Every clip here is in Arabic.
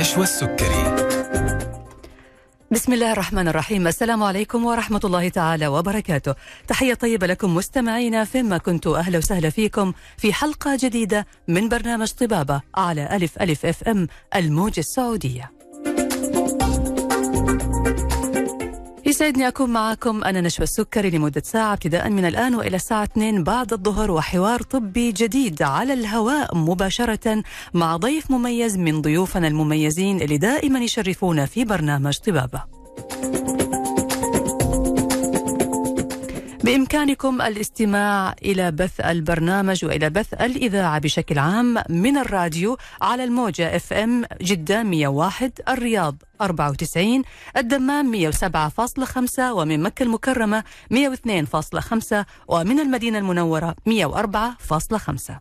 نشوى السكري. بسم الله الرحمن الرحيم. السلام عليكم ورحمة الله تعالى وبركاته. تحية طيبة لكم مستمعينا فيما كنتوا، أهلا وسهلا فيكم في حلقة جديدة من برنامج طبابة على ألف ألف اف ام الموجة السعودية. يسعدني أكون معكم أنا نشوى السكري لمدة ساعة ابتداء من الآن وإلى الساعة 2 بعد الظهر، وحوار طبي جديد على الهواء مباشرة مع ضيف مميز من ضيوفنا المميزين اللي دائما يشرفونا في برنامج طبابة. بإمكانكم الاستماع إلى بث البرنامج وإلى بث الإذاعة بشكل عام من الراديو على الموجة اف ام جدة 101، الرياض 94، الدمام 107.5، ومن مكة المكرمة 102.5، ومن المدينة المنورة 104.5.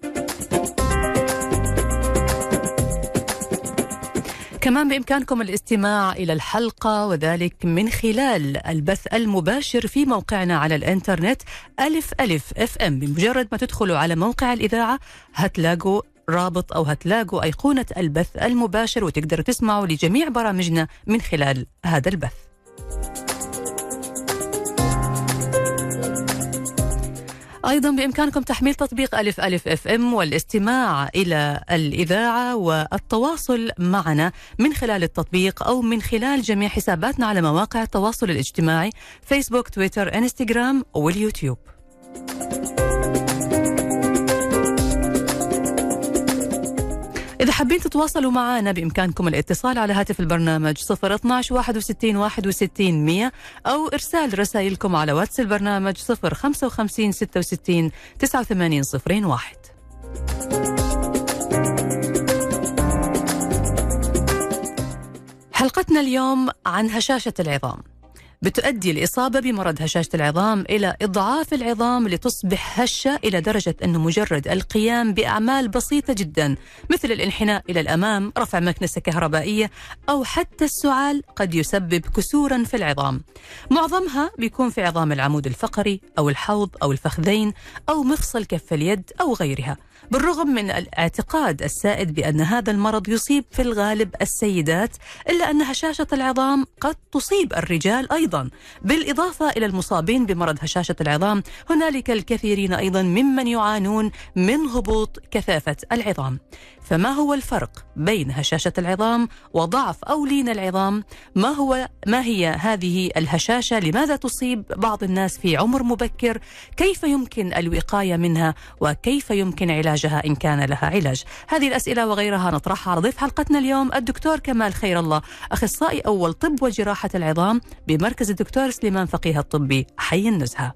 كمان بإمكانكم الاستماع إلى الحلقة وذلك من خلال البث المباشر في موقعنا على الإنترنت ألف ألف اف ام. بمجرد ما تدخلوا على موقع الإذاعة هتلاقوا رابط أو هتلاقوا أيقونة البث المباشر، وتقدروا تسمعوا لجميع برامجنا من خلال هذا البث. أيضا بإمكانكم تحميل تطبيق ألف ألف اف ام والاستماع إلى الإذاعة والتواصل معنا من خلال التطبيق أو من خلال جميع حساباتنا على مواقع التواصل الاجتماعي فيسبوك، تويتر، انستغرام واليوتيوب. إذا حابين تتواصلوا معنا بإمكانكم الاتصال على هاتف البرنامج 012 61 61 100 أو إرسال رسائلكم على واتس البرنامج 055 66 89 01. حلقتنا اليوم عن هشاشة العظام. بتؤدي الإصابة بمرض هشاشة العظام إلى إضعاف العظام لتصبح هشة إلى درجة أنه مجرد القيام بأعمال بسيطة جدا مثل الانحناء إلى الأمام، رفع مكنسة كهربائية، أو حتى السعال قد يسبب كسورا في العظام. معظمها بيكون في عظام العمود الفقري أو الحوض أو الفخذين أو مفصل كف اليد أو غيرها. بالرغم من الاعتقاد السائد بأن هذا المرض يصيب في الغالب السيدات، إلا أن هشاشة العظام قد تصيب الرجال أيضا. بالإضافة إلى المصابين بمرض هشاشة العظام هنالك الكثيرين أيضا ممن يعانون من هبوط كثافة العظام. فما هو الفرق بين هشاشة العظام وضعف أو لين العظام؟ ما هي هذه الهشاشة؟ لماذا تصيب بعض الناس في عمر مبكر؟ كيف يمكن الوقاية منها؟ وكيف يمكن علاجها إن كان لها علاج؟ هذه الأسئلة وغيرها نطرحها على ضيف حلقتنا اليوم الدكتور كمال خير الله، أخصائي أول طب وجراحة العظام بمركز الدكتور سليمان فقيه الطبي حي النزهة.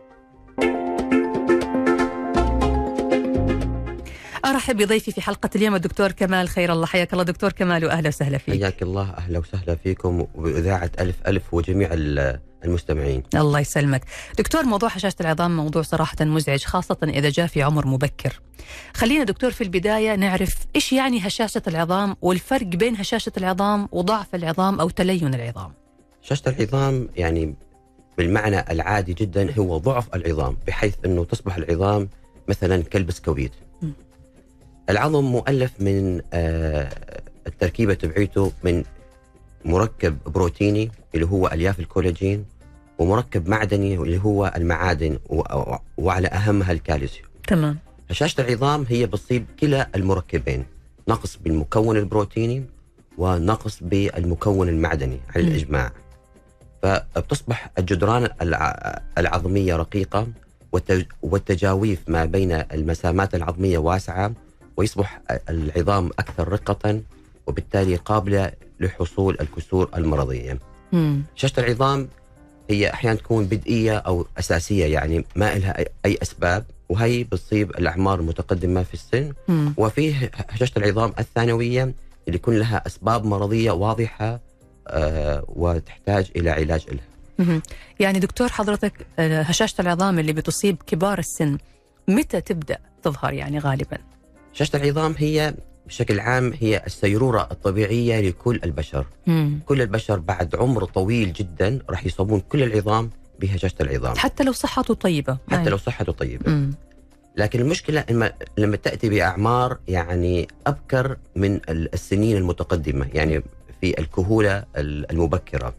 أرحب بضيفي في حلقة اليوم الدكتور كمال خير الله. حياك الله دكتور كمال وأهلا وسهلا فيك. حياك الله، أهلا وسهلا فيكم وبإذاعة ألف ألف وجميع المستمعين. الله يسلمك دكتور. موضوع هشاشة العظام موضوع صراحة مزعج، خاصة إذا جاء في عمر مبكر. خلينا دكتور في البداية نعرف إيش يعني هشاشة العظام والفرق بين هشاشة العظام وضعف العظام أو تلين العظام. هشاشة العظام يعني بالمعنى العادي جدا هو ضعف العظام، بحيث أنه تصبح العظام مثلا كالبسكويت. العظم مؤلف من التركيبة تبعيته من مركب بروتيني اللي هو ألياف الكولاجين، ومركب معدني اللي هو المعادن وعلى أهمها الكالسيوم. تمام. هشاشة العظام هي بتصيب كلا المركبين، نقص بالمكون البروتيني ونقص بالمكون المعدني على الإجماع. فبتصبح الجدران العظمية رقيقة والتجاويف ما بين المسامات العظمية واسعة، ويصبح العظام أكثر رقة وبالتالي قابلة لحصول الكسور المرضية. هشاشة العظام هي أحيانا تكون بدئية أو أساسية، يعني ما لها أي أسباب، وهي بتصيب الأعمار المتقدمة في السن. وفيه هشاشة العظام الثانوية اللي يكون لها أسباب مرضية واضحة وتحتاج إلى علاج لها. يعني دكتور حضرتك هشاشة العظام اللي بتصيب كبار السن متى تبدأ تظهر يعني غالبا؟ هشاشة العظام هي بشكل عام هي السيرورة الطبيعية لكل البشر. كل البشر بعد عمر طويل جدا راح يصابون كل العظام بهشاشة العظام، حتى لو صحته طيبة. حتى لو صحته طيبة. لكن المشكلة لما تأتي بأعمار يعني أبكر من السنين المتقدمة، يعني في الكهولة المبكرة.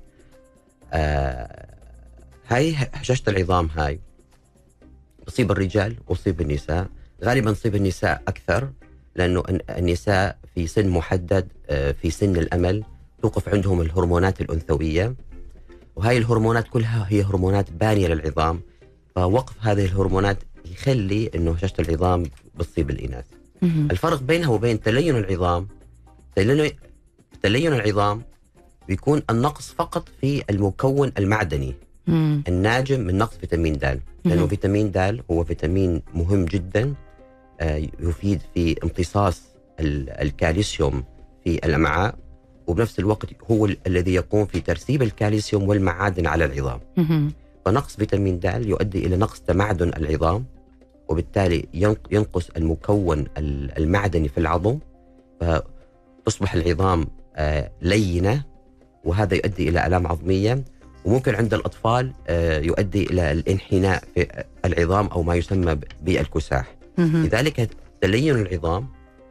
هاي هشاشة العظام هاي تصيب الرجال وتصيب النساء. غالبا تصيب النساء أكثر، لأنه النساء في سن محدد، في سن الأمل، توقف عندهم الهرمونات الأنثوية، وهاي الهرمونات كلها هي هرمونات بانية للعظام. فوقف هذه الهرمونات يخلي أنه هشاشة العظام بتصيب الإناث. الفرق بينها وبين تلين العظام، تلين العظام بيكون النقص فقط في المكون المعدني الناجم من نقص فيتامين د، لأنه فيتامين د هو فيتامين مهم جدا، يفيد في امتصاص الكالسيوم في الأمعاء، وبنفس الوقت هو الذي يقوم في ترسيب الكالسيوم والمعادن على العظام. فنقص فيتامين د يؤدي إلى نقص تمعدن العظام، وبالتالي ينقص المكون المعدني في العظم، فتصبح العظام لينة، وهذا يؤدي إلى آلام عظمية، وممكن عند الأطفال يؤدي إلى الانحناء في العظام أو ما يسمى بالكساح. لذلك تلين العظام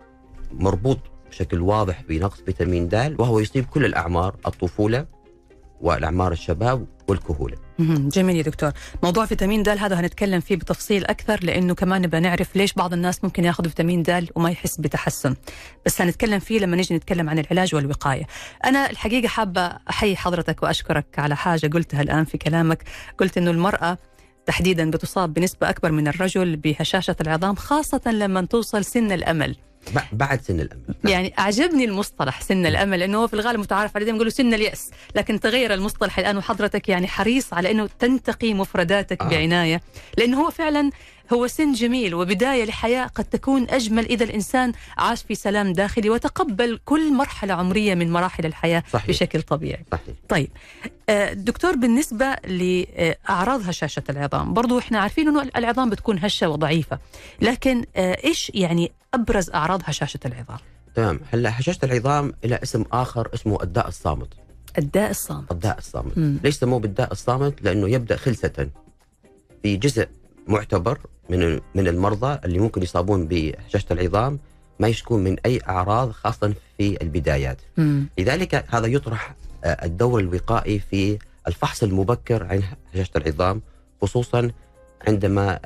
مربوط بشكل واضح بنقص فيتامين د، وهو يصيب كل الأعمار، الطفولة والأعمار الشباب والكهولة. جميل يا دكتور. موضوع فيتامين د هذا هنتكلم فيه بتفصيل أكثر، لأنه كمان نبغى نعرف ليش بعض الناس ممكن ياخذوا فيتامين د وما يحس بتحسن، بس هنتكلم فيه لما نيجي نتكلم عن العلاج والوقاية. أنا الحقيقة حابة أحيي حضرتك وأشكرك على حاجة قلتها الآن في كلامك. قلت إنه المرأة تحديدا بتصاب بنسبة أكبر من الرجل بهشاشة العظام، خاصة لما توصل سن الأمل، بعد سن الأمل. يعني أعجبني المصطلح سن الأمل، لأنه هو في الغالب متعارف عليه، نقوله سن اليأس، لكن تغير المصطلح الآن، وحضرتك يعني حريص على أنه تنتقي مفرداتك بعناية، لأنه هو فعلا هو سن جميل وبداية لحياة قد تكون أجمل إذا الإنسان عاش في سلام داخلي وتقبل كل مرحلة عمرية من مراحل الحياة. صحيح. بشكل طبيعي. صحيح. طيب دكتور، بالنسبة لأعراض هشاشة العظام، برضو إحنا عارفين أنه العظام بتكون هشة وضعيفة، لكن إيش يعني أبرز أعراض هشاشة العظام؟ تمام. هلا هشاشة العظام إلى اسم آخر اسمه الداء الصامت. الداء الصامت. الداء الصامت. ليش سموه بالداء الصامت؟ لأنه يبدأ خلسة في جزء معتبر من المرضى اللي ممكن يصابون بهشاشة العظام ما يشكون من أي أعراض، خاصة في البدايات. لذلك هذا يطرح الدور الوقائي في الفحص المبكر عن هشاشة العظام، خصوصا عندما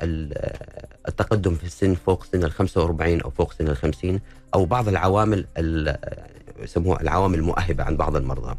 التقدم في السن فوق سن 45 أو فوق سن 50، أو بعض العوامل يسموها العوامل المؤهبة عند بعض المرضى.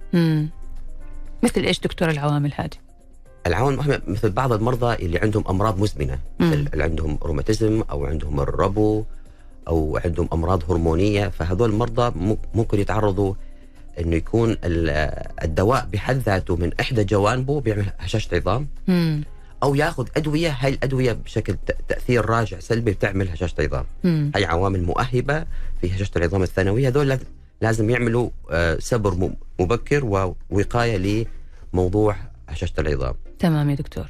مثل إيش دكتور العوامل هذه؟ العوامل المؤهبة مثل بعض المرضى اللي عندهم أمراض مزمنة، مثل اللي عندهم روماتيزم أو عندهم الربو أو عندهم أمراض هرمونية، فهذول المرضى ممكن يتعرضوا إنه يكون الدواء بحد ذاته من إحدى جوانبه بيعمل هشاشة عظام، أو يأخذ أدوية، هاي الأدوية بشكل تأثير راجع سلبي بتعمل هشاشة عظام. هاي عوامل مؤهبة في هشاشة العظام الثانوية، هذول لازم يعملوا سبر مبكر ووقاية لموضوع هشاشة العظام. تمام يا دكتور.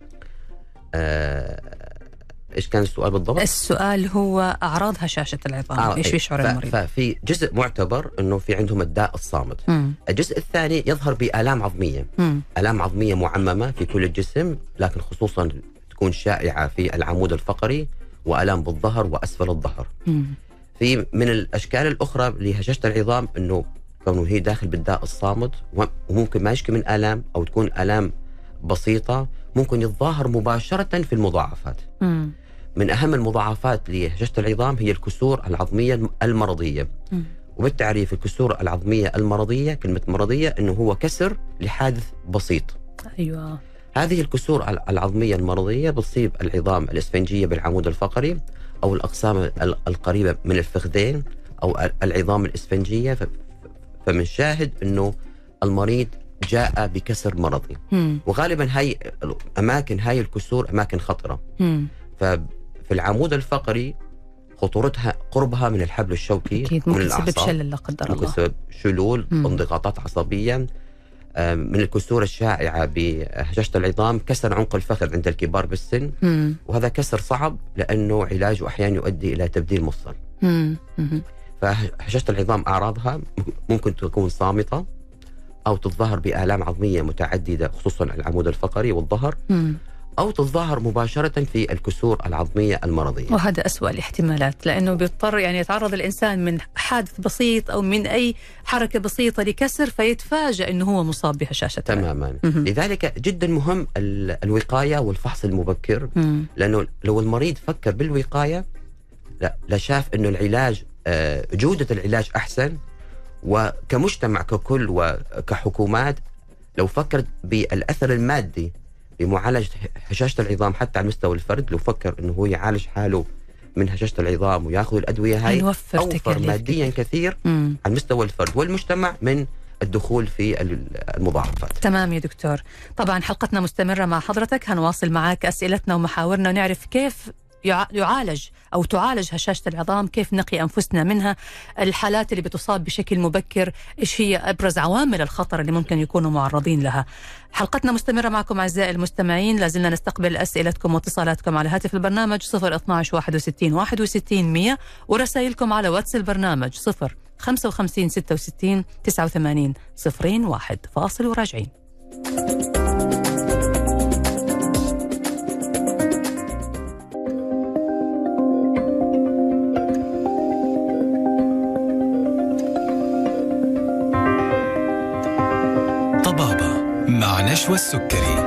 إيش كان السؤال بالضبط؟ السؤال هو أعراض هشاشة العظام، إيش بيشعر المريض؟ ففي جزء معتبر إنه في عندهم الداء الصامت. الجزء الثاني يظهر بآلام عظمية. آلام عظمية معممة في كل الجسم، لكن خصوصا تكون شائعة في العمود الفقري، وآلام بالظهر وأسفل الظهر. في من الأشكال الأخرى لهشاشة العظام إنه كونه هي داخل بالداء الصامت، وممكن ما يشكي من آلام أو تكون آلام بسيطة، ممكن يتظاهر مباشرة في المضاعفات. من أهم المضاعفات لهشاشة العظام هي الكسور العظمية المرضية. وبالتعريف الكسور العظمية المرضية، كلمة مرضية إنه هو كسر لحادث بسيط. أيوة. هذه الكسور العظمية المرضية بتصيب العظام الإسفنجية بالعمود الفقري، أو الأقسام القريبة من الفخذين، أو العظام الإسفنجية. فمن شاهد إنه المريض جاء بكسر مرضي. وغالبا هاي الكسور أماكن خطرة. ففي العمود الفقري خطورتها قربها من الحبل الشوكي، أكيد ممكن تسبب شلل لا قدر الله، ممكن تسبب شلول، انضغاطات عصبية. من الكسور الشائعة بهشاشة العظام كسر عنق الفخذ عند الكبار بالسن، وهذا كسر صعب لأنه علاجه أحيانا يؤدي إلى تبديل مفصل. فهشاشة العظام أعراضها ممكن تكون صامتة، أو تتظاهر بآلام عظمية متعددة، خصوصا العمود الفقري والظهر، أو تتظاهر مباشرة في الكسور العظمية المرضية. وهذا أسوأ الاحتمالات، لأنه بيضطر يعني يتعرض الإنسان من حادث بسيط أو من أي حركة بسيطة لكسر فيتفاجأ أنه هو مصاب بهشاشة. تماما. لذلك جدا مهم الوقاية والفحص المبكر، لأنه لو المريض فكر بالوقاية لا شاف أنه العلاج جودة العلاج أحسن، وكمجتمع ككل وكحكومات لو فكرت بالأثر المادي بمعالجة هشاشة العظام حتى على مستوى الفرد، لو فكر أنه هو يعالج حاله من هشاشة العظام ويأخذ الأدوية هاي أوفر ماديا كثير على مستوى الفرد والمجتمع من الدخول في المضاعفات. تمام يا دكتور. طبعا حلقتنا مستمرة مع حضرتك، هنواصل معك أسئلتنا ومحاورنا ونعرف كيف يعالج أو تعالج هشاشة العظام، كيف نقي أنفسنا منها، الحالات اللي بتصاب بشكل مبكر، إيش هي أبرز عوامل الخطر اللي ممكن يكونوا معرضين لها. حلقتنا مستمرة معكم أعزائي المستمعين، لازلنا نستقبل أسئلتكم واتصالاتكم على هاتف البرنامج 012 61 61 100 ورسائلكم على واتس البرنامج 055 66 89 01. فاصل وراجعين. طبابة مع نشوى السكري.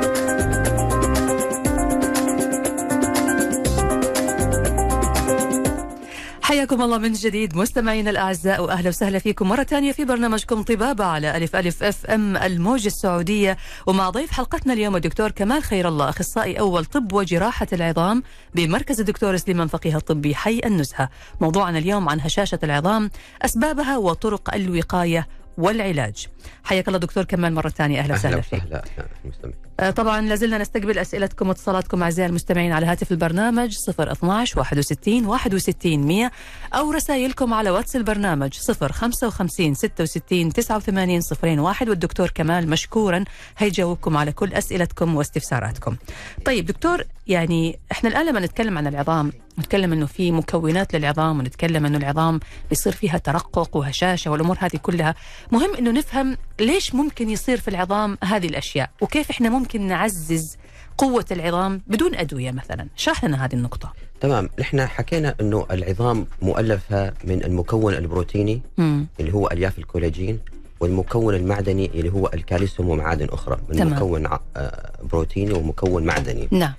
حياكم الله من جديد مستمعينا الأعزاء، وأهلا وسهلا فيكم مرة ثانية في برنامجكم طبابة على ألف ألف اف ام الموجة السعودية، ومع ضيف حلقتنا اليوم الدكتور كمال خير الله، أخصائي أول طب وجراحة العظام بمركز الدكتور سليمان فقيه الطبي حي النزهة. موضوعنا اليوم عن هشاشة العظام، أسبابها وطرق الوقاية والعلاج. حياك الله دكتور كمال مرة ثانية، أهلا وسهلا فيك. طبعا لازلنا نستقبل أسئلتكم واتصالاتكم أعزائي المستمعين على هاتف البرنامج 012 61 61 100 أو رسائلكم على واتس البرنامج 055 66 89 01، والدكتور كمال مشكورا هيجاوبكم على كل أسئلتكم واستفساراتكم. طيب دكتور، يعني احنا الآن لما نتكلم عن العظام نتكلم انه في مكونات للعظام، ونتكلم انه العظام بيصير فيها ترقق وهشاشة والامور هذه كلها، مهم انه نفهم ليش ممكن يصير في العظام هذه الاشياء، وكيف احنا ممكن نعزز قوة العظام بدون ادوية مثلا. شرح لنا هذه النقطة. تمام. احنا حكينا انه العظام مؤلفة من المكون البروتيني اللي هو الياف الكولاجين، والمكون المعدني اللي هو الكالسيوم ومعادن اخرى، من تمام. مكون بروتيني ومكون معدني. نعم.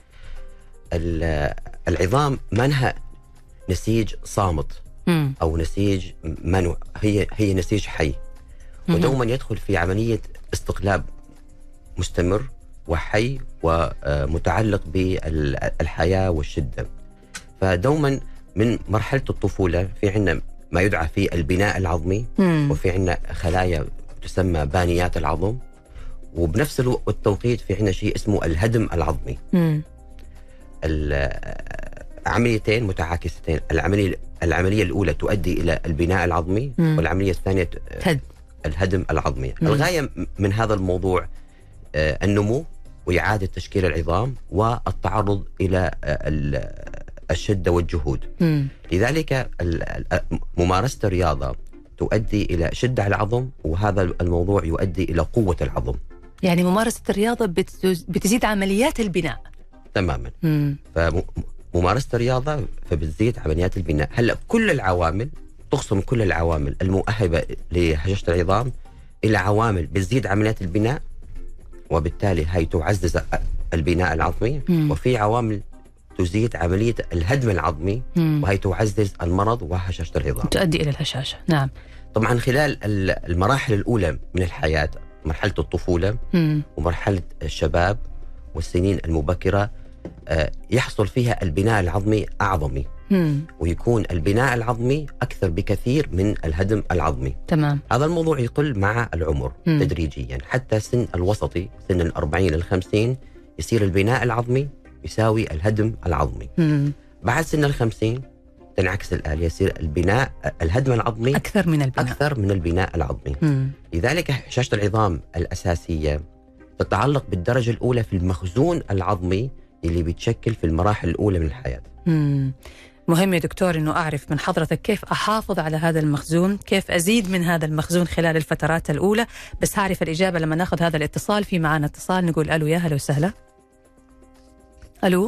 العظام منها نسيج صامت أو نسيج منوع، هي نسيج حي، ودوما يدخل في عملية استقلاب مستمر وحي ومتعلق بالحياة والشدة. فدوما من مرحلة الطفولة في عنا ما يدعى في البناء العظمي، وفي عنا خلايا تسمى بانيات العظم، وبنفس التوقيت في عنا شيء اسمه الهدم العظمي. عمليتين متعاكستين، العملية الأولى تؤدي إلى البناء العظمي، والعملية الثانية الهدم العظمي. الغاية من هذا الموضوع النمو وإعادة تشكيل العظام والتعرض إلى الشدة والجهود. لذلك ممارسة الرياضة تؤدي إلى شدة على العظم، وهذا الموضوع يؤدي إلى قوة العظم. يعني ممارسة الرياضة بتزيد عمليات البناء. تماما. فممارسة الرياضة فبتزيد عمليات البناء. هلا كل العوامل تقسم كل العوامل المؤهبة لهشاشة العظام إلى عوامل بتزيد عمليات البناء، وبالتالي هي تعزز البناء العظمي، وفي عوامل تزيد عملية الهدم العظمي، وهي تعزز المرض وهشاشة العظام، تؤدي إلى الهشاشة. نعم. طبعا خلال المراحل الأولى من الحياة، مرحلة الطفولة ومرحلة الشباب والسنين المبكرة، يحصل فيها البناء العظمي أعظمي، ويكون البناء العظمي أكثر بكثير من الهدم العظمي. تمام. هذا الموضوع يقل مع العمر تدريجيا، حتى سن الوسطي سن 40 إلى 50 يصير البناء العظمي يساوي الهدم العظمي. بعد سن 50 تنعكس الآلية، يصير الهدم العظمي أكثر من البناء العظمي. لذلك هشاشة العظام الأساسية تتعلق بالدرجة الأولى في المخزون العظمي اللي بيتشكل في المراحل الأولى من الحياة. مهم يا دكتور أنه أعرف من حضرتك كيف أحافظ على هذا المخزون، كيف أزيد من هذا المخزون خلال الفترات الأولى، بس هعرف الإجابة لما ناخذ هذا الاتصال. في معنا اتصال، نقول ألو، يا هلا وسهلا. ألو.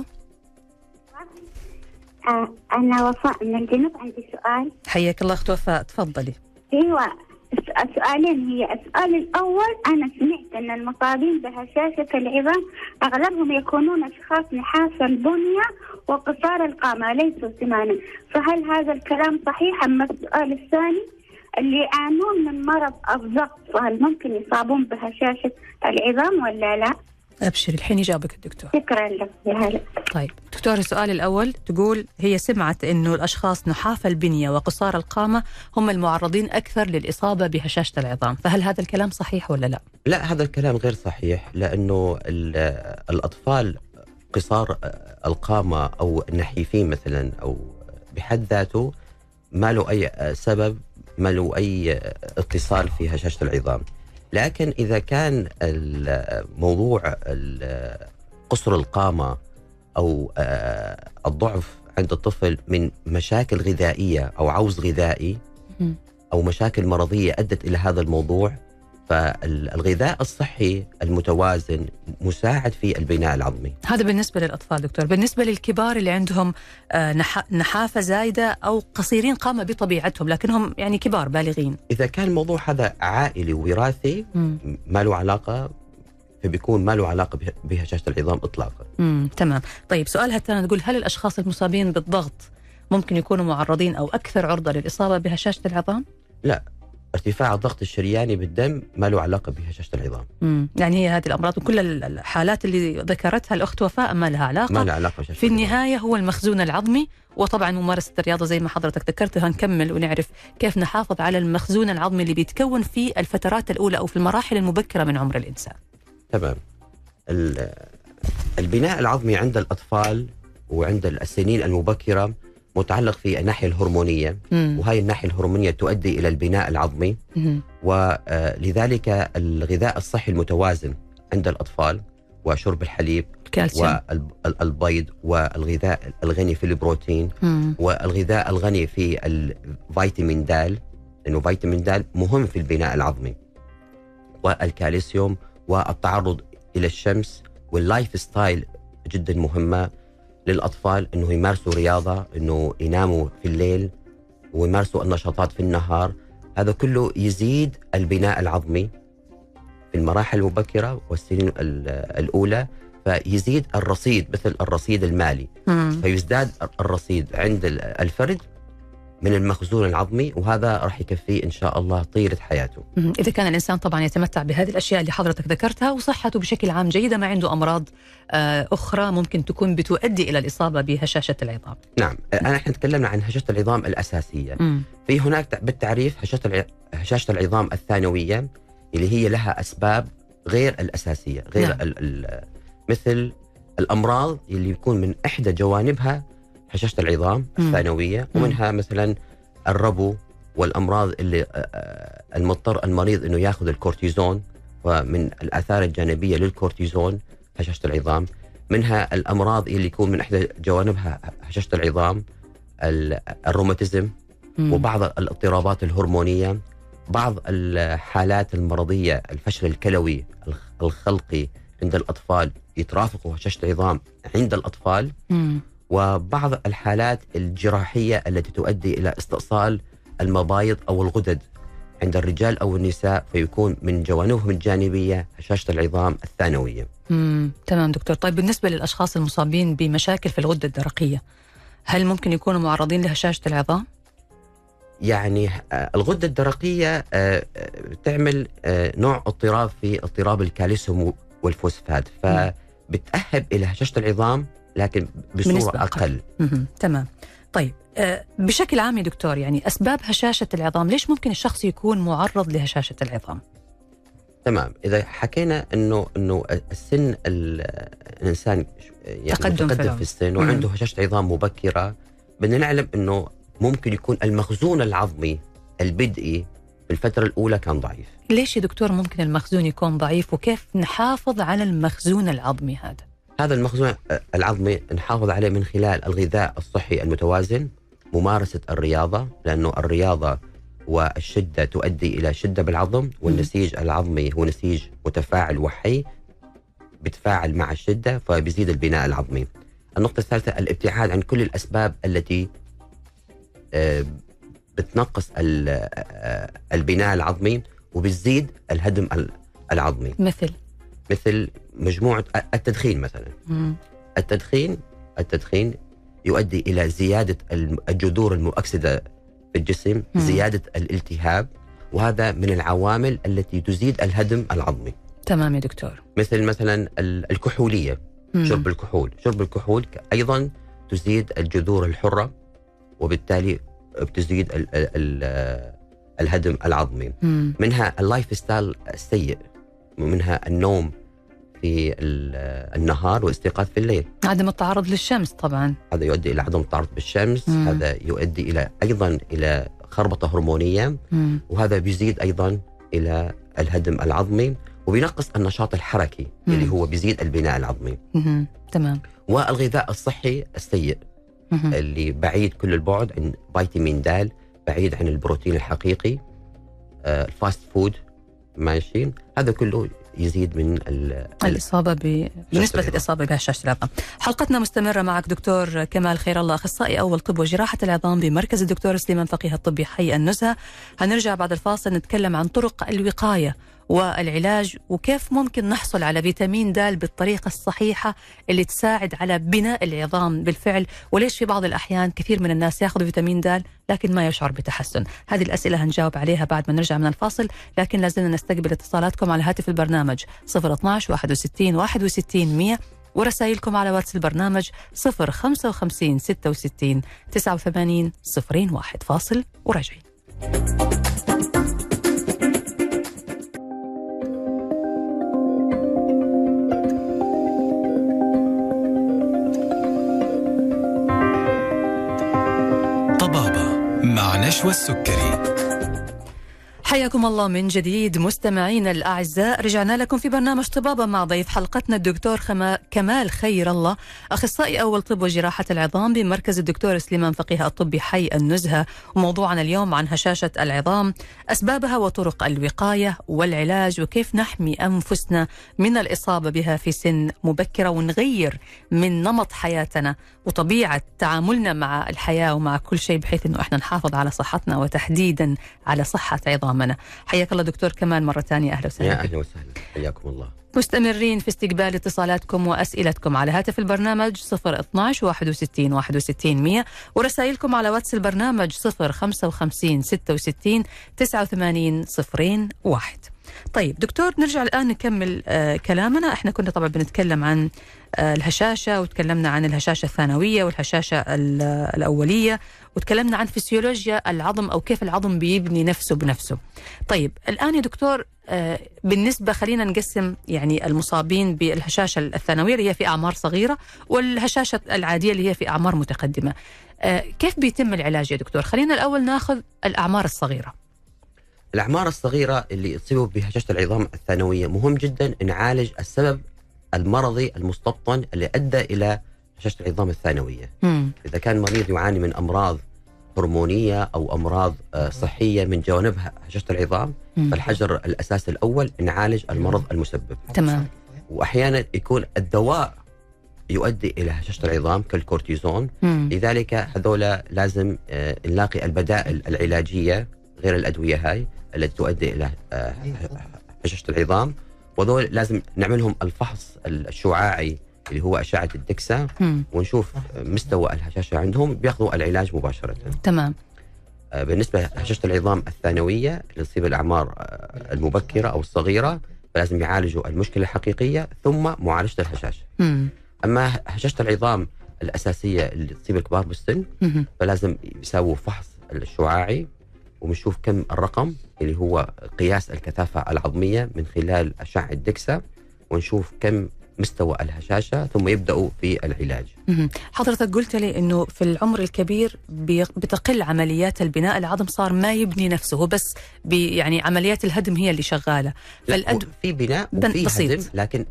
أنا وفاء من الجنوب، عندي سؤال. حياك الله أخت وفاء، تفضلي. أيوة، سؤالين. هي السؤال الأول، أنا سمعت أن المصابين بهشاشة العظام أغلبهم يكونون أشخاص نحاس البنية وقصار القامة ليسوا سمانا، فهل هذا الكلام صحيح؟ أما السؤال الثاني، اللي يعانون من مرض الضغط فهل ممكن يصابون بهشاشة العظام ولا لا؟ أبشر، الحين يجاوبك الدكتور. شكرا لك يا هلا. طيب دكتور، السؤال الأول تقول هي سمعت أنه الأشخاص نحاف البنية وقصار القامة هم المعرضين أكثر للإصابة بهشاشة العظام، فهل هذا الكلام صحيح ولا لا؟ لا، هذا الكلام غير صحيح، لأنه الأطفال قصار القامة أو النحيفين مثلا أو بحد ذاته ما له أي سبب، ما له أي اتصال في هشاشة العظام. لكن إذا كان الموضوع قصر القامة أو الضعف عند الطفل من مشاكل غذائية أو عوز غذائي أو مشاكل مرضية أدت إلى هذا الموضوع، فالغذاء الصحي المتوازن مساعد في البناء العظمي. هذا بالنسبة للأطفال دكتور. بالنسبة للكبار اللي عندهم نحافة زايدة أو قصيرين قامة بطبيعتهم لكنهم يعني كبار بالغين، إذا كان الموضوع هذا عائلي ووراثي ما له علاقة، فبيكون ما له علاقة بهشاشة العظام إطلاقا. تمام. طيب سؤالها الثاني تقول هل الأشخاص المصابين بالضغط ممكن يكونوا معرضين أو أكثر عرضة للإصابة بهشاشة العظام؟ لا، ارتفاع الضغط الشرياني بالدم ما له علاقة بهشاشة العظام. يعني هي هذه الأمراض وكل الحالات اللي ذكرتها الأخت وفاء ما لها علاقة. ما لها علاقة في النهاية هو المخزون العظمي، وطبعا ممارسة الرياضة زي ما حضرتك ذكرت. هنكمل ونعرف كيف نحافظ على المخزون العظمي اللي بيتكون في الفترات الأولى أو في المراحل المبكرة من عمر الإنسان. تمام. البناء العظمي عند الأطفال وعند السنين المبكرة متعلق في الناحية الهرمونية، وهي الناحية الهرمونية تؤدي إلى البناء العظمي. ولذلك الغذاء الصحي المتوازن عند الأطفال وشرب الحليب والبيض والغذاء الغني في البروتين والغذاء الغني في الفيتامين د، لأنه فيتامين د مهم في البناء العظمي، والكالسيوم والتعرض إلى الشمس واللايف ستايل جدا مهمة للأطفال، أنه يمارسوا رياضة، أنه يناموا في الليل ويمارسوا النشاطات في النهار. هذا كله يزيد البناء العظمي في المراحل المبكرة والسنين الأولى، فيزيد الرصيد مثل الرصيد المالي، فيزداد الرصيد عند الفرد من المخزون العظمي، وهذا راح يكفيه إن شاء الله طيلة حياته. إذا كان الإنسان طبعا يتمتع بهذه الأشياء اللي حضرتك ذكرتها وصحته بشكل عام جيدة، ما عنده أمراض أخرى ممكن تكون بتؤدي إلى الإصابة بهشاشة العظام. نعم، احنا تكلمنا عن هشاشة العظام الأساسية. في هناك بالتعريف هشاشة العظام الثانوية اللي هي لها أسباب غير الأساسية، غير مثل الأمراض اللي يكون من إحدى جوانبها هشاشة العظام الثانوية، ومنها مثلا الربو والأمراض اللي المضطر المريض أنه يأخذ الكورتيزون، ومن الآثار الجانبية للكورتيزون هشاشة العظام. منها الأمراض اللي يكون من إحدى جوانبها هشاشة العظام الروماتيزم، وبعض الاضطرابات الهرمونية، بعض الحالات المرضية الفشل الكلوي الخلقي عند الأطفال يترافقوا هشاشة العظام عند الأطفال، وبعض الحالات الجراحية التي تؤدي إلى استئصال المبايض أو الغدد عند الرجال أو النساء، فيكون من جوانبهم الجانبية هشاشة العظام الثانوية. تمام دكتور. طيب بالنسبة للأشخاص المصابين بمشاكل في الغدة الدرقية، هل ممكن يكونوا معرضين لهشاشة العظام؟ يعني الغدة الدرقية تعمل نوع اضطراب في اضطراب الكالسيوم والفوسفات، فبتأهب إلى هشاشة العظام لكن بصورة أقل. تمام. طيب بشكل عام يا دكتور، يعني أسباب هشاشة العظام، ليش ممكن الشخص يكون معرض لهشاشة العظام؟ تمام. إذا حكينا إنه السن الإنسان يعني تقدم في السن وعنده هشاشة عظام مبكرة، بدنا نعلم إنه ممكن يكون المخزون العظمي البدئي في الفترة الأولى كان ضعيف. ليش يا دكتور ممكن المخزون يكون ضعيف، وكيف نحافظ على المخزون العظمي هذا؟ هذا المخزون العظمي نحافظ عليه من خلال الغذاء الصحي المتوازن، ممارسة الرياضة، لأنه الرياضة والشدة تؤدي إلى شدة بالعظم، والنسيج العظمي هو نسيج متفاعل وحي بتفاعل مع الشدة فبيزيد البناء العظمي. النقطة الثالثة الابتعاد عن كل الأسباب التي بتنقص البناء العظمي وبتزيد الهدم العظمي، مثل مجموعة التدخين مثلا. التدخين يؤدي إلى زيادة الجذور المؤكسدة في الجسم، زيادة الالتهاب، وهذا من العوامل التي تزيد الهدم العظمي. تمام يا دكتور. مثلا الكحولية، شرب الكحول أيضا تزيد الجذور الحرة، وبالتالي بتزيد الهدم العظمي. منها اللايف ستايل السيء، ومنها النوم في النهار واستيقاظ في الليل. عدم التعرض للشمس طبعا، هذا يؤدي إلى عدم التعرض بالشمس. هذا يؤدي أيضا إلى خربطة هرمونية، وهذا بيزيد أيضا إلى الهدم العظمي، وبينقص النشاط الحركي اللي هو بيزيد البناء العظمي. تمام. والغذاء الصحي السيء اللي بعيد كل البعد عن فيتامين د، بعيد عن البروتين الحقيقي، الفاست فود، ماشي، هذا كله يزيد من الإصابة بالنسبة للإصابة بهشاشة العظام. حلقتنا مستمرة معك دكتور كمال خير الله، أخصائي أول طب وجراحة العظام بمركز الدكتور سليمان فقيه الطبي حي النزهة. هنرجع بعد الفاصل نتكلم عن طرق الوقاية والعلاج، وكيف ممكن نحصل على فيتامين د بالطريقة الصحيحة اللي تساعد على بناء العظام بالفعل، وليش في بعض الأحيان كثير من الناس يأخذوا فيتامين د لكن ما يشعر بتحسن. هذه الأسئلة هنجاوب عليها بعد ما نرجع من الفاصل، لكن لازلنا نستقبل اتصالاتكم على هاتف البرنامج 012 61 61 100، ورسائلكم على واتس البرنامج 055 66 89 01. فاصل وراجعين. مع نشوى السكري. حياكم الله من جديد مستمعين الأعزاء، رجعنا لكم في برنامج طبابة مع ضيف حلقتنا الدكتور كمال خير الله، أخصائي أول طب وجراحة العظام بمركز الدكتور سليمان فقيه الطبي حي النزهة. وموضوعنا اليوم عن هشاشة العظام، أسبابها وطرق الوقاية والعلاج، وكيف نحمي أنفسنا من الإصابة بها في سن مبكرة، ونغير من نمط حياتنا وطبيعة تعاملنا مع الحياة ومع كل شيء، بحيث أنه إحنا نحافظ على صحتنا وتحديدا على صحة عظامنا. حياك الله دكتور كمال مرة ثانية، أهلا وسهلا. يا أهلا وسهلا، حياكم الله. مستمرين في استقبال اتصالاتكم وأسئلتكم على هاتف البرنامج 012 61 61 100، ورسائلكم على واتس البرنامج 055 66 89 01. طيب دكتور، نرجع الآن نكمل كلامنا. احنا كنا طبعا بنتكلم عن الهشاشة، وتكلمنا عن الهشاشة الثانوية والهشاشة الأولية، وتكلمنا عن فسيولوجيا العظم أو كيف العظم بيبني نفسه بنفسه. طيب الآن يا دكتور، بالنسبة خلينا نقسم يعني المصابين بالهشاشة الثانوية اللي هي في أعمار صغيرة، والهشاشة العادية اللي هي في أعمار متقدمة. كيف بيتم العلاج يا دكتور؟ خلينا الأول ناخذ الأعمار الصغيرة. الأعمار الصغيرة اللي يصيبوا بهشاشة العظام الثانوية مهم جدا نعالج السبب المرضي المستبطن اللي أدى إلى هشاشة العظام الثانوية. إذا كان مريض يعاني من أمراض هرمونية أو أمراض صحية من جوانبها هشاشة العظام، فالحجر الأساس الأول نعالج المرض المسبب. تمام. وأحيانا يكون الدواء يؤدي إلى هشاشة العظام كالكورتيزون، لذلك هذولا لازم نلاقي البدائل العلاجية غير الأدوية هاي التي تؤدي إلى هشاشة العظام، وذول لازم نعملهم الفحص الشعاعي اللي هو أشعة الدكسا، ونشوف مستوى الهشاشة عندهم، بياخذوا العلاج مباشرة. تمام. بالنسبة لهشاشة العظام الثانوية اللي تصيب الأعمار المبكرة أو الصغيرة، فلازم يعالجوا المشكلة الحقيقية ثم معالجة الهشاشة. أما هشاشة العظام الأساسية اللي تصيب الكبار بالسن، فلازم يساووا فحص الشعاعي، ونشوف كم الرقم اللي هو قياس الكثافة العظمية من خلال أشعة الدكسا، ونشوف كم مستوى الهشاشة، ثم يبدأوا في العلاج. حضرتك قلت لي أنه في العمر الكبير بتقل عمليات البناء، العظم صار ما يبني نفسه، هو بس يعني عمليات الهدم هي اللي شغالة. في بناء وفي بسيط. هدم، لكن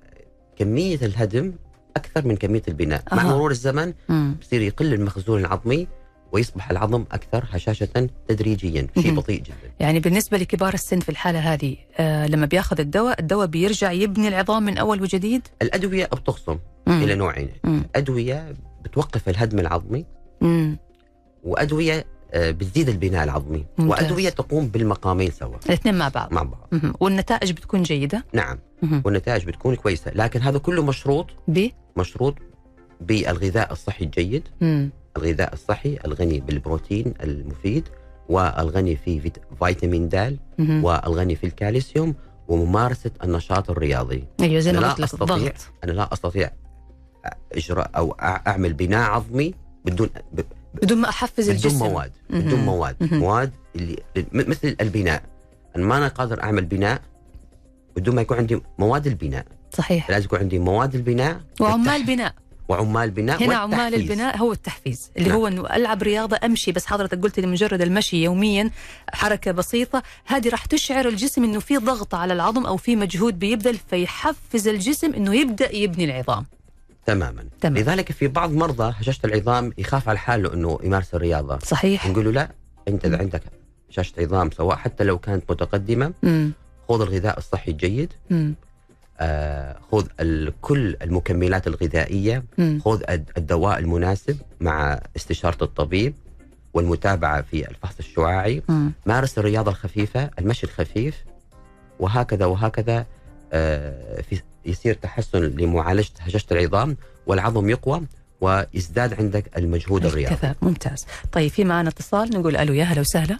كمية الهدم أكثر من كمية البناء. مع مرور الزمن بصير يقل المخزون العظمي، ويصبح العظم أكثر هشاشة تدريجيا، شيء بطيء جدا. يعني بالنسبة لكبار السن في الحالة هذه لما بياخذ الدواء بيرجع يبني العظام من أول وجديد؟ الأدوية بتقسم إلى نوعين. أدوية بتوقف الهدم العظمي، وأدوية بتزيد البناء العظمي، وأدوية تقوم بالمقامين سوا، الاثنين مع بعض. والنتائج بتكون جيدة؟ نعم. والنتائج بتكون كويسة، لكن هذا كله مشروط بالغذاء الصحي الجيد. الغذاء الصحي الغني بالبروتين المفيد، والغني في فيتامين د، والغني في الكالسيوم، وممارسة النشاط الرياضي. أيوة زي ما قلت لك، الضغط. أنا لا أستطيع إجراء أو أعمل بناء عظمي بدون ما أحفز الجسم، بدون مواد اللي مثل البناء. أنا ما قادر أعمل بناء بدون ما يكون عندي مواد البناء. صحيح. لازم يكون عندي مواد البناء وعمال بناء. هنا عمال البناء هو التحفيز اللي هو انه العب رياضه، امشي. بس حضرتك قلت لي مجرد المشي يوميا حركه بسيطه، هذه راح تشعر الجسم انه في ضغط على العظم او في مجهود بيبذل، فيحفز الجسم انه يبدا يبني العظام. تماما. لذلك في بعض مرضى هشاشة العظام يخاف على حاله انه يمارس الرياضه. صحيح. نقول له لا، انت اذا عندك هشاشة عظام سواء حتى لو كانت متقدمه، خذ الغذاء الصحي الجيد، خذ كل المكملات الغذائية، خذ الدواء المناسب مع استشارة الطبيب والمتابعة في الفحص الشعاعي، مارس الرياضة الخفيفة، المشي الخفيف، وهكذا يصير تحسن لمعالجة هشاشة العظام، والعظم يقوى ويزداد عندك المجهود الرياضي. كذا ممتاز. طيب في معنا اتصال، نقول ألو، يا هلا وسهلا.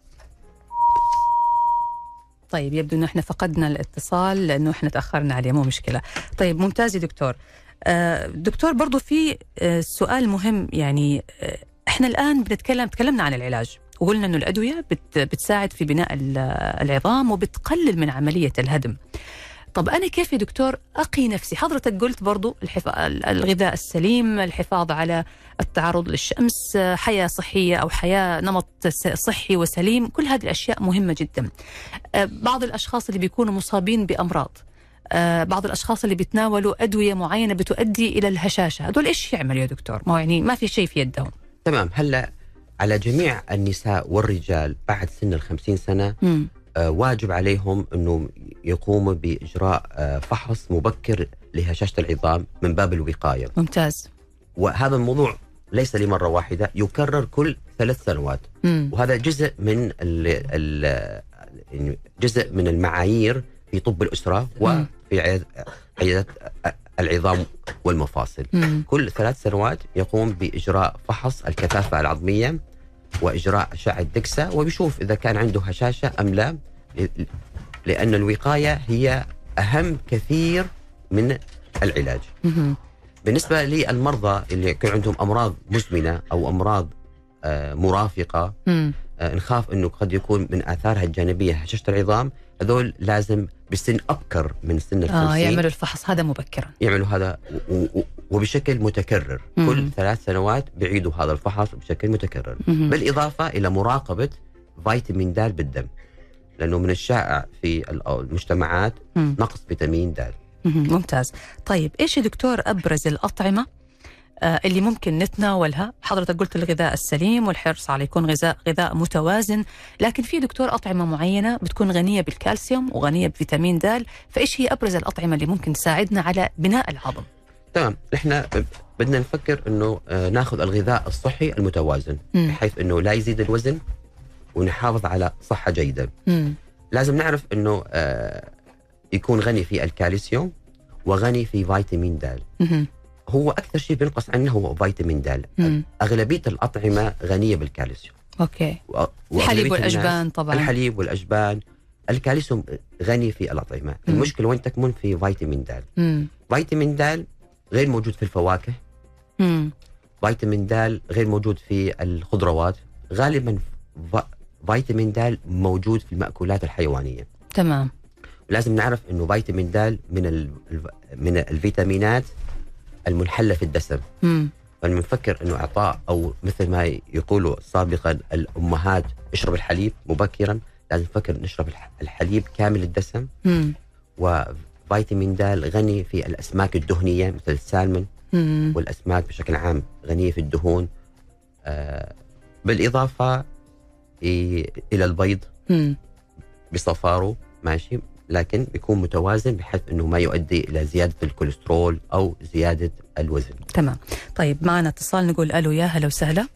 طيب يبدو أنه إحنا فقدنا الاتصال لأنه إحنا تأخرنا عليه، مو مشكلة. طيب ممتاز يا دكتور. دكتور برضو في سؤال مهم، يعني إحنا الآن تكلمنا عن العلاج وقلنا أنه الأدوية بتساعد في بناء العظام وبتقلل من عملية الهدم. طب أنا كيف يا دكتور أقي نفسي؟ حضرتك قلت برضو الغذاء السليم، الحفاظ على التعرض للشمس، حياة صحية أو نمط صحي وسليم، كل هذه الأشياء مهمة جدا. بعض الأشخاص اللي بيكونوا مصابين بأمراض، بعض الأشخاص اللي بيتناولوا أدوية معينة بتؤدي إلى الهشاشة، هذول إيش يعملوا يا دكتور؟ ما يعني ما في شيء في يدهم. تمام. هلأ على جميع النساء والرجال بعد سن 50 سنة واجب عليهم أنه يقوموا بإجراء فحص مبكر لهشاشة العظام من باب الوقاية. ممتاز. وهذا الموضوع ليس لمرة واحدة، يكرر كل 3 سنوات. وهذا جزء من المعايير في طب الأسرة وفي عيادات العظام والمفاصل. كل 3 سنوات يقوم بإجراء فحص الكثافة العظمية وإجراء أشعة دكسا، وبيشوف إذا كان عنده هشاشة أم لا، لأن الوقاية هي أهم كثير من العلاج. بالنسبة للمرضى اللي يكون عندهم أمراض مزمنة أو أمراض مرافقة، نخاف أنه قد يكون من آثارها الجانبية هشاشة العظام، هذول لازم بسن أبكر من سن 50 يعملوا الفحص هذا مبكرا، يعملوا هذا وبشكل متكرر. كل 3 سنوات بيعيدوا هذا الفحص بشكل متكرر، بالإضافة إلى مراقبة فيتامين د بالدم، لأنه من الشائع في المجتمعات نقص فيتامين د. ممتاز. طيب إيش يا دكتور أبرز الأطعمة اللي ممكن نتناولها؟ حضرتك قلت الغذاء السليم والحرص على يكون غذاء متوازن، لكن في دكتور أطعمة معينة بتكون غنية بالكالسيوم وغنية بفيتامين د، فإيش هي أبرز الأطعمة اللي ممكن تساعدنا على بناء العظم؟ تمام. إحنا بدنا نفكر إنه ناخذ الغذاء الصحي المتوازن، بحيث إنه لا يزيد الوزن ونحافظ على صحة جيدة. لازم نعرف إنه يكون غني في الكالسيوم وغني في فيتامين د. هو أكثر شيء بينقص عنه هو فيتامين د. أغلبية الأطعمة غنية بالكالسيوم. أوكي. الحليب والأجبان طبعا. الحليب والأجبان، الكالسيوم غني في الأطعمة. المشكلة وين تكمن؟ في فيتامين د. فيتامين د غير موجود في الفواكه. فيتامين د غير موجود في الخضروات. غالبا فيتامين د موجود في المأكولات الحيوانية. تمام. لازم نعرف إنه فيتامين د من الفيتامينات المنحلة في الدسم. فنفكر إنه إعطاء، أو مثل ما يقولوا سابقا الأمهات اشرب الحليب مبكرا، لازم نفكر نشرب الحليب كامل الدسم. وفيتامين د غني في الأسماك الدهنية مثل السالمون، والأسماك بشكل عام غنية في الدهون. بالإضافة إلى البيض بصفاره ماشي، لكن بيكون متوازن بحيث أنه ما يؤدي إلى زيادة الكوليسترول أو زيادة الوزن. تمام. طيب معنا اتصال، نقول ألو، يا هلا وسهلا.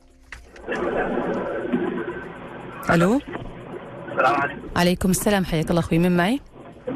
ألو. السلام عليكم. عليكم السلام، حياك الله أخوي. من معي؟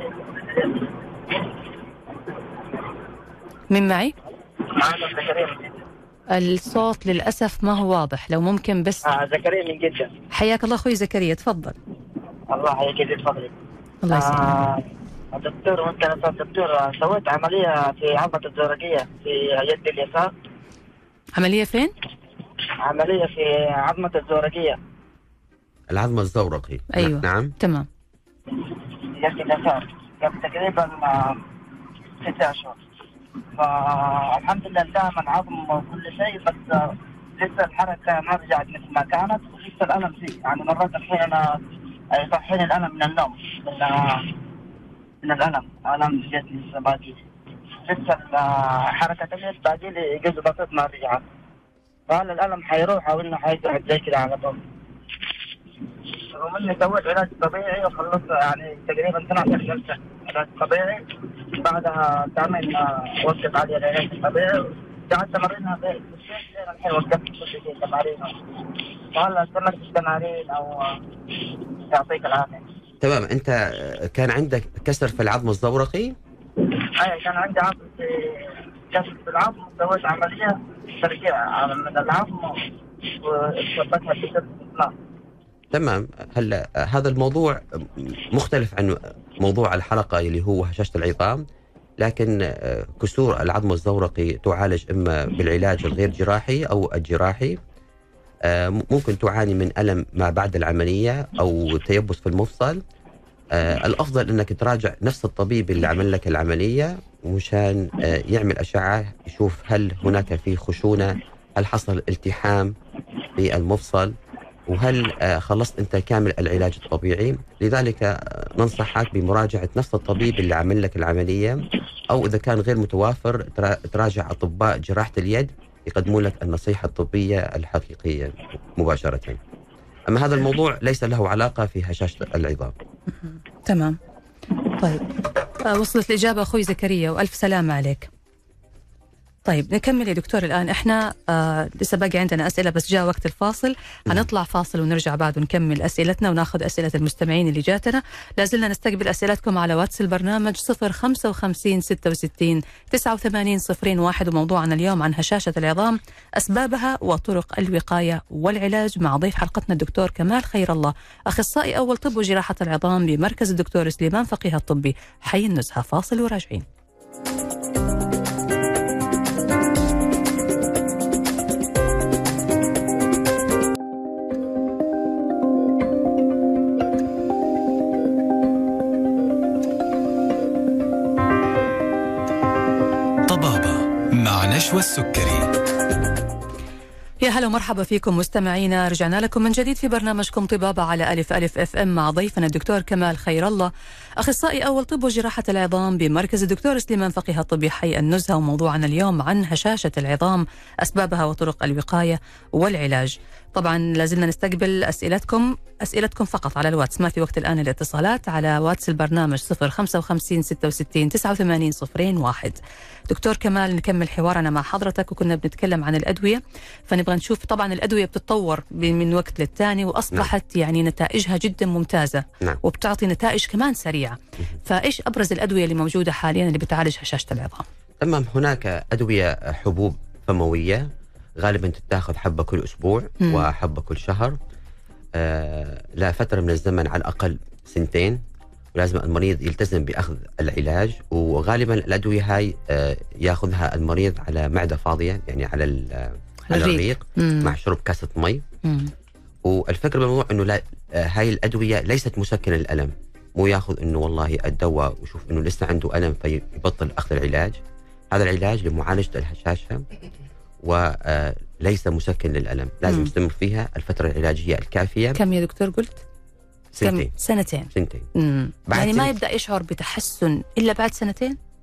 من معي؟ معنا زكريا من جدة. الصوت للأسف ما هو واضح، لو ممكن بس. زكريا من جدة. حياك الله أخوي زكريا، تفضل. الله يحييك، يزيد فضلك. الله يسلمك. دكتور، وانت دكتور، سويت عملية في عظمة الزورقية في يد اليسار. عملية فين؟ عملية في عظمة الزورقية. العظمة الزورقي. أيوة. نعم. تمام. يد اليسار قبل تقريبا 6 أشهر. فالحمد لله دائما عظم وكل شيء، بس لسه الحركة ما رجعت مثل ما كانت، ولسه الألم فيه. يعني مرات الحين أنا يصحيني الألم من النوم من الألم جتني لسه باقي، لسه حركة اليد باقي لي جزء بسيط ما رجعت. فهل الألم حيروح أو إنه حيقعد زي كذا على طول؟ رغم إني سويت علاج طبيعي وخلصت يعني تقريبا 12 جلسة علاج طبيعي، بعدها تمرين وقفت علي العلاج الطبيعي، قعدت تمارينها بالشيء الحين وقفت كل شيء تمارينها. فهل استمرت في التمارين أو يعطيك العافية؟ تمام. أنت كان عندك كسر في العظم الزورقي؟ أي كان عندي عظم في كسر في العظم، سويت عملية ترجيع من العظم وثبتها في الإسلام. تمام. هلا هذا الموضوع مختلف عن موضوع الحلقة اللي هو هشاشة العظام، لكن كسور العظم الزورقي تعالج إما بالعلاج الغير جراحي أو الجراحي. ممكن تعاني من ألم ما بعد العملية أو تيبس في المفصل. الأفضل أنك تراجع نفس الطبيب اللي عمل لك العملية مشان يعمل أشعة يشوف هل هناك في خشونة، هل حصل التحام في المفصل، وهل خلصت أنت كامل العلاج الطبيعي. لذلك ننصحك بمراجعة نفس الطبيب اللي عمل لك العملية، أو إذا كان غير متوافر تراجع أطباء جراحة اليد يقدمون لك النصيحة الطبية الحقيقية مباشرة. أما هذا الموضوع ليس له علاقة في هشاشة العظام. تمام. طيب وصلت الإجابة أخوي زكريا، وألف سلامة عليك. طيب نكمل يا دكتور. الآن إحنا لسه باقي عندنا أسئلة، بس جاء وقت الفاصل. هنطلع فاصل ونرجع بعد ونكمل أسئلتنا وناخذ أسئلة المستمعين اللي جاتنا. لازلنا نستقبل أسئلتكم على واتس البرنامج 055 66 89 01، وموضوعنا اليوم عن هشاشة العظام، أسبابها وطرق الوقاية والعلاج، مع ضيف حلقتنا الدكتور كمال خير الله، أخصائي أول طب وجراحة العظام بمركز الدكتور سليمان فقيه الطبي، حي النزهة. فاصل وراجعين. نشوى السكري. يا هلا ومرحبا فيكم مستمعينا، رجعنا لكم من جديد في برنامجكم طبابة على ألف ألف اف ام، مع ضيفنا الدكتور كمال خير الله، أخصائي أول طب وجراحة العظام بمركز الدكتور سليمان فقيه الطبي، حي النزهة. وموضوعنا اليوم عن هشاشة العظام، أسبابها وطرق الوقاية والعلاج. طبعا لازلنا نستقبل أسئلتكم فقط على الواتس، ما في وقت الآن للاتصالات على واتس البرنامج 055 66 89 01. دكتور كمال، نكمل حوارنا مع حضرتك، وكنا بنتكلم عن الأدوية، فنبغى نشوف طبعا الأدوية بتتطور من وقت للتاني، وأصبحت يعني نتائجها جدا ممتازة وبتعطي نتائج كمان سريعة. فإيش أبرز الأدوية اللي موجودة حاليا اللي بتعالج هشاشة العظام؟ تمام. هناك أدوية حبوب فموية غالبا تتاخذ حبة كل أسبوع وحبة كل شهر لفترة من الزمن على الأقل 2 ولازم المريض يلتزم بأخذ العلاج. وغالبا الأدوية هاي يأخذها المريض على معدة فاضية، يعني على الريق مع شرب كاسة مي. والفكرة بالموضوع أنه هاي الأدوية ليست مسكنة للألم، مو يأخذ أنه والله الدواء وشوف أنه لسه عنده ألم فيبطل أخذ العلاج. هذا العلاج لمعالجة الهشاشة وليس مسكن للألم، لازم يستمر فيها الفترة العلاجية الكافية. كم يا دكتور قلت؟ 2 سنتين. يعني ما يبدأ يشعر بتحسن إلا بعد 2 سنين؟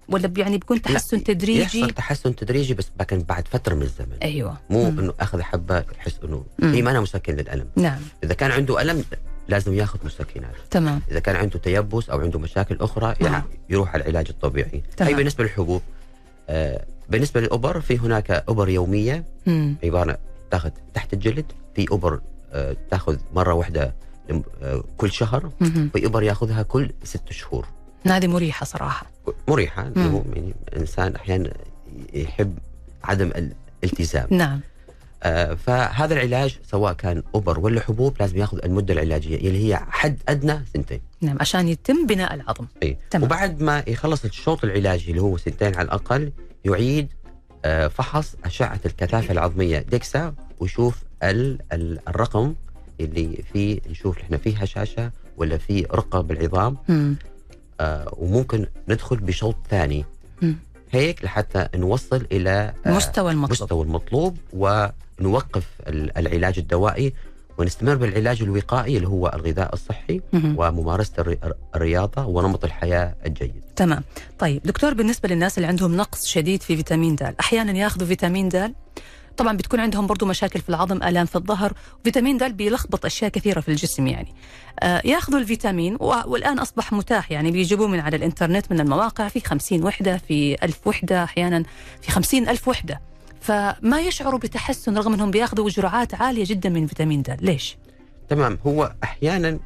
ولا يعني بيكون تحسن تدريجي؟ يحصل تحسن تدريجي بس لكن بعد فترة من الزمن. أيوة. مو إنه أخذ حبة يحس إنه هي ما أنا مسكن للألم. نعم. إذا كان عنده ألم لازم ياخذ مسكنات. تمام. إذا كان عنده تيبس أو عنده مشاكل أخرى يروح على العلاج الطبيعي. تمام. هي بالنسبة للحبوب. بالنسبة للأبر في هناك أبر يومية عبارة تاخذ تحت الجلد، في أبر تاخذ مرة واحدة كل شهر، في أبر ياخذها كل 6 شهور. هذه مريحة صراحة. مريحة يعني الإنسان أحيانا يحب عدم الالتزام. نعم. فهذا العلاج سواء كان أبر ولا حبوب لازم ياخذ المدة العلاجية اللي هي حد أدنى 2. نعم، عشان يتم بناء العظم. وبعد ما يخلص الشوط العلاجي اللي هو 2 على الأقل يعيد فحص أشعة الكثافة العظمية ديكسا ويشوف الرقم اللي فيه، نشوف احنا فيه هشاشة ولا فيه رقة بالعظام. وممكن ندخل بشوط ثاني هيك لحتى نوصل إلى مستوى المطلوب ونوقف العلاج الدوائي ونستمر بالعلاج الوقائي اللي هو الغذاء الصحي وممارسة الرياضة ونمط الحياة الجيد. تمام. طيب دكتور، بالنسبة للناس اللي عندهم نقص شديد في فيتامين د، أحيانا ياخذوا فيتامين د، طبعا بتكون عندهم برضو مشاكل في العظم، آلام في الظهر، فيتامين د بيلخبط أشياء كثيرة في الجسم يعني. ياخذوا الفيتامين والآن أصبح متاح، يعني بيجيبوه من على الإنترنت من المواقع في 50 وحدة، في 1000 وحدة، أحيانا في 50,000 وحدة، فما يشعروا بتحسن رغم أنهم بياخذوا جرعات عالية جدا من فيتامين د. ليش؟ تمام. هو أحيانا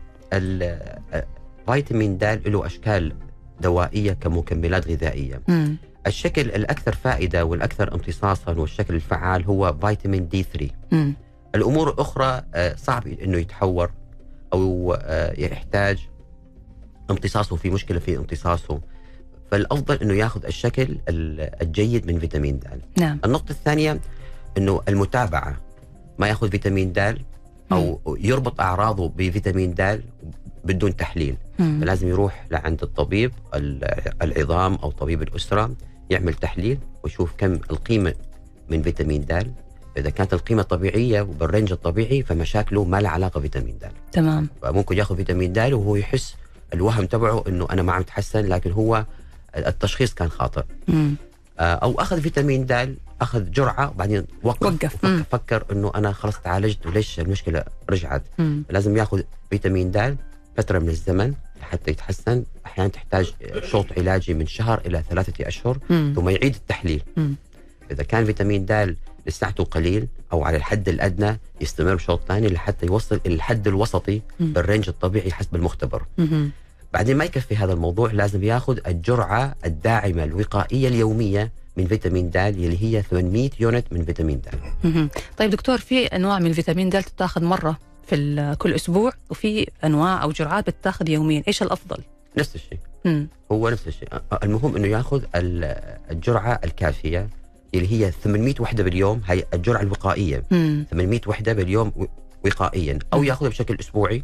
الفيتامين د له أشكال دوائية كمكملات غذائية. الشكل الأكثر فائدة والأكثر امتصاصا والشكل الفعال هو فيتامين دي 3. الأمور الأخرى صعب أنه يتحور أو يحتاج امتصاصه، في مشكلة في امتصاصه، فالأفضل أنه يأخذ الشكل الجيد من فيتامين د. نعم. النقطة الثانية أنه المتابعة، ما يأخذ فيتامين د أو يربط أعراضه بفيتامين د بدون تحليل. فلازم يروح لعند الطبيب العظام أو طبيب الأسرة يعمل تحليل ويشوف كم القيمة من فيتامين د. إذا كانت القيمة طبيعية وبالرنج الطبيعي فمشاكله ما لها علاقة بفيتامين د. تمام. فممكن يأخذ فيتامين د وهو يحس الوهم تبعه إنه أنا ما عم أتحسن، لكن هو التشخيص كان خاطئ. أو أخذ فيتامين د، أخذ جرعة وبعدين وقف. فكر إنه أنا خلص تعالجت وليش المشكلة رجعت. لازم يأخذ فيتامين د فترة من الزمن حتى يتحسن. أحيانا تحتاج شوط علاجي من شهر إلى 3 أشهر ثم يعيد التحليل. إذا كان فيتامين د لساعته قليل أو على الحد الأدنى يستمر بشوط ثاني لحتى يوصل إلى الحد الوسطي بالرنج الطبيعي حسب المختبر. بعدين ما يكفي هذا الموضوع، لازم ياخذ الجرعة الداعمة الوقائية اليومية من فيتامين د اللي هي 800 يونت من فيتامين د. طيب دكتور، في أنواع من الفيتامين د تتاخذ مرة في كل أسبوع، وفي أنواع أو جرعات بتتاخذ يوميا، إيش الأفضل؟ نفس الشيء. هو نفس الشيء. المهم إنه ياخذ الجرعة الكافية اللي هي 800 وحدة باليوم، هي الجرعة الوقائية. 800 وحدة باليوم وقائيا، أو ياخذها بشكل أسبوعي.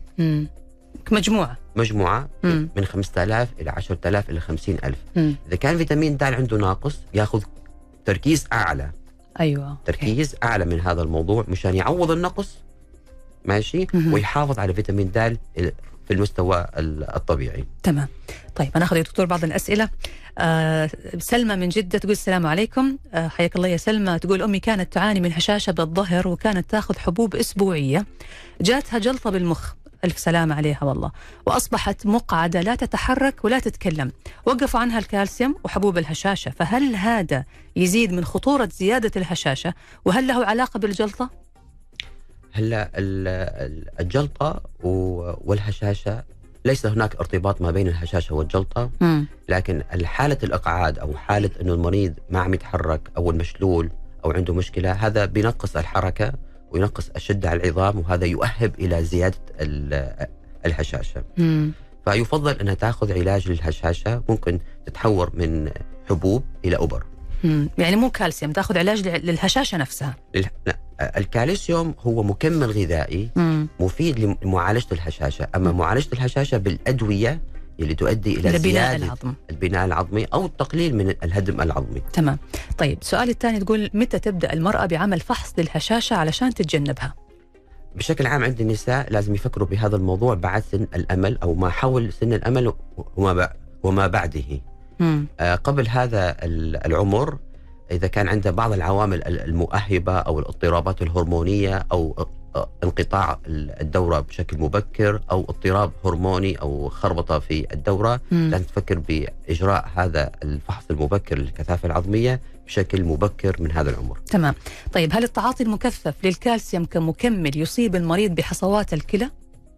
مجموعة من 5000 إلى 10000 إلى 50,000. إذا كان فيتامين د عنده ناقص ياخذ تركيز أعلى. أيوة. تركيز أعلى من هذا الموضوع مشان يعوض النقص، ماشي، ويحافظ على فيتامين د في المستوى الطبيعي. تمام. طيب أنا أخذ يا دكتور بعض الأسئلة. سلمى من جدة تقول السلام عليكم. حياك الله يا سلمى. تقول أمي كانت تعاني من هشاشة بالظهر وكانت تأخذ حبوب أسبوعية، جاتها جلطة بالمخ، ألف سلامة عليها والله، وأصبحت مقعدة لا تتحرك ولا تتكلم، وقفوا عنها الكالسيوم وحبوب الهشاشة، فهل هذا يزيد من خطورة زيادة الهشاشة؟ وهل له علاقة بالجلطة؟ هلا الجلطة والهشاشة ليس هناك ارتباط ما بين الهشاشة والجلطة. لكن حالة الإقعاد أو حالة أنه المريض ما عم يتحرك أو المشلول أو عنده مشكلة، هذا بينقص الحركة وينقص الشدة على العظام، وهذا يؤهب إلى زيادة الهشاشة. فيفضل أنها تأخذ علاج للهشاشة، ممكن تتحور من حبوب إلى أبر. يعني مو كالسيوم، تأخذ علاج للهشاشة نفسها؟ لا، الكالسيوم هو مكمل غذائي مفيد لمعالجة الهشاشة. أما معالجة الهشاشة بالأدوية اللي تؤدي إلى زيادة البناء العظمي أو التقليل من الهدم العظمي. تمام. طيب سؤال الثاني، تقول متى تبدأ المرأة بعمل فحص للهشاشة علشان تتجنبها؟ بشكل عام عند النساء لازم يفكروا بهذا الموضوع بعد سن الأمل أو ما حول سن الأمل وما بعده. قبل هذا العمر إذا كان عنده بعض العوامل المؤهبة أو الاضطرابات الهرمونية أو انقطاع الدورة بشكل مبكر أو اضطراب هرموني أو خربطة في الدورة، لازم تفكر بإجراء هذا الفحص المبكر للكثافة العظمية بشكل مبكر من هذا العمر. تمام. طيب هل التعاطي المكثف للكالسيوم كمكمل يصيب المريض بحصوات الكلى؟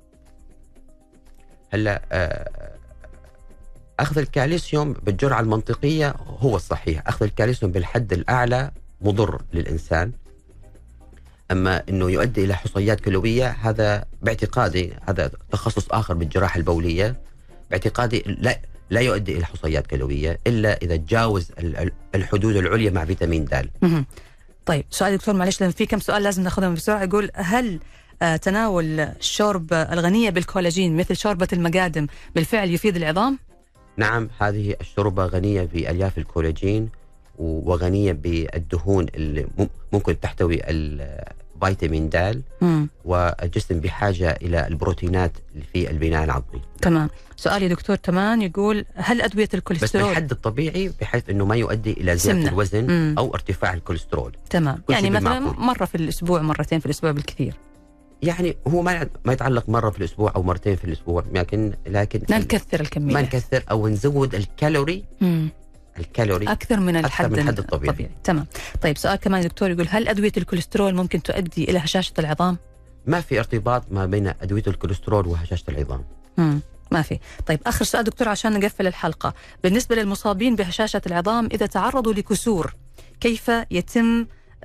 هلا أخذ الكالسيوم بالجرعة المنطقية هو الصحيح، أخذ الكالسيوم بالحد الأعلى مضر للإنسان، أما أنه يؤدي إلى حصيات كلوية هذا باعتقادي، هذا تخصص آخر بالجراحة البولية، باعتقادي لا يؤدي إلى حصيات كلوية إلا إذا تجاوز الحدود العليا مع فيتامين د. طيب سؤال دكتور معلش، لأن في كم سؤال لازم ناخذهم بسرعة. يقول هل تناول الشوربة الغنية بالكولاجين مثل شوربة المقادم بالفعل يفيد العظام؟ نعم، هذه الشوربة غنية بألياف الكولاجين وغنية بالدهون اللي ممكن تحتوي الفيتامين د، والجسم بحاجة إلى البروتينات في البناء العظمي. تمام. سؤال يا دكتور تمام، يقول هل أدوية الكوليسترول بس بالحد الطبيعي بحيث أنه ما يؤدي إلى زيادة الوزن أو ارتفاع الكوليسترول؟ تمام. يعني مثلا مرة في الأسبوع، مرتين في الأسبوع بالكثير. يعني هو ما يتعلق مرة في الأسبوع أو مرتين في الأسبوع، لكن لا نكثر الكمية، ما نكثر أو نزود الكالوري أكثر من الحد الطبيعي. تمام. طيب سؤال كمان دكتور، يقول هل أدوية الكوليسترول ممكن تؤدي إلى هشاشة العظام؟ ما في ارتباط ما بين أدوية الكوليسترول وهشاشة العظام. ما في. طيب آخر سؤال دكتور عشان نقفل الحلقة، بالنسبة للمصابين بهشاشة العظام إذا تعرضوا لكسور كيف يتم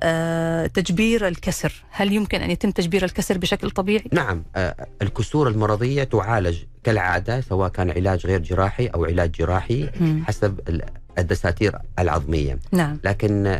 تجبير الكسر؟ هل يمكن أن يتم تجبير الكسر بشكل طبيعي؟ نعم، الكسور المرضية تعالج كالعادة، سواء كان علاج غير جراحي أو علاج جراحي حسب الدساتير العظمية. نعم. لكن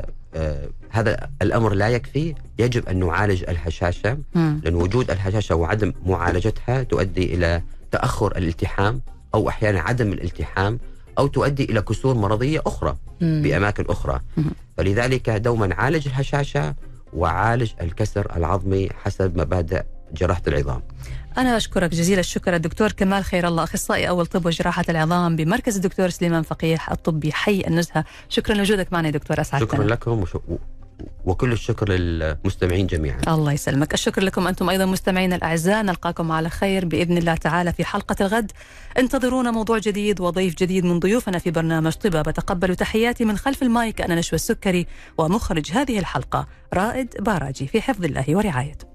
هذا الأمر لا يكفي، يجب أن نعالج الهشاشة، لأن وجود الهشاشة وعدم معالجتها تؤدي إلى تأخر الالتحام أو أحيانا عدم الالتحام، أو تؤدي إلى كسور مرضية أخرى بأماكن أخرى. فلذلك دوما عالج الهشاشة وعالج الكسر العظمي حسب مبادئ جراحة العظام. أنا أشكرك جزيل الشكر الدكتور كمال خير الله، أخصائي أول طب وجراحة العظام بمركز الدكتور سليمان فقيح الطبي حي النزهة. شكرا لوجودك معنا دكتور، أسعدتنا. شكرا لكم وكل الشكر للمستمعين جميعا. الله يسلمك. الشكر لكم أنتم أيضا مستمعين الأعزاء، نلقاكم على خير بإذن الله تعالى في حلقة الغد. انتظرونا موضوع جديد وضيف جديد من ضيوفنا في برنامج طباب. بتقبلوا تحياتي من خلف المايك، أنا نشوى السكري، ومخرج هذه الحلقة رائد باراجي، في حفظ الله ورعايته.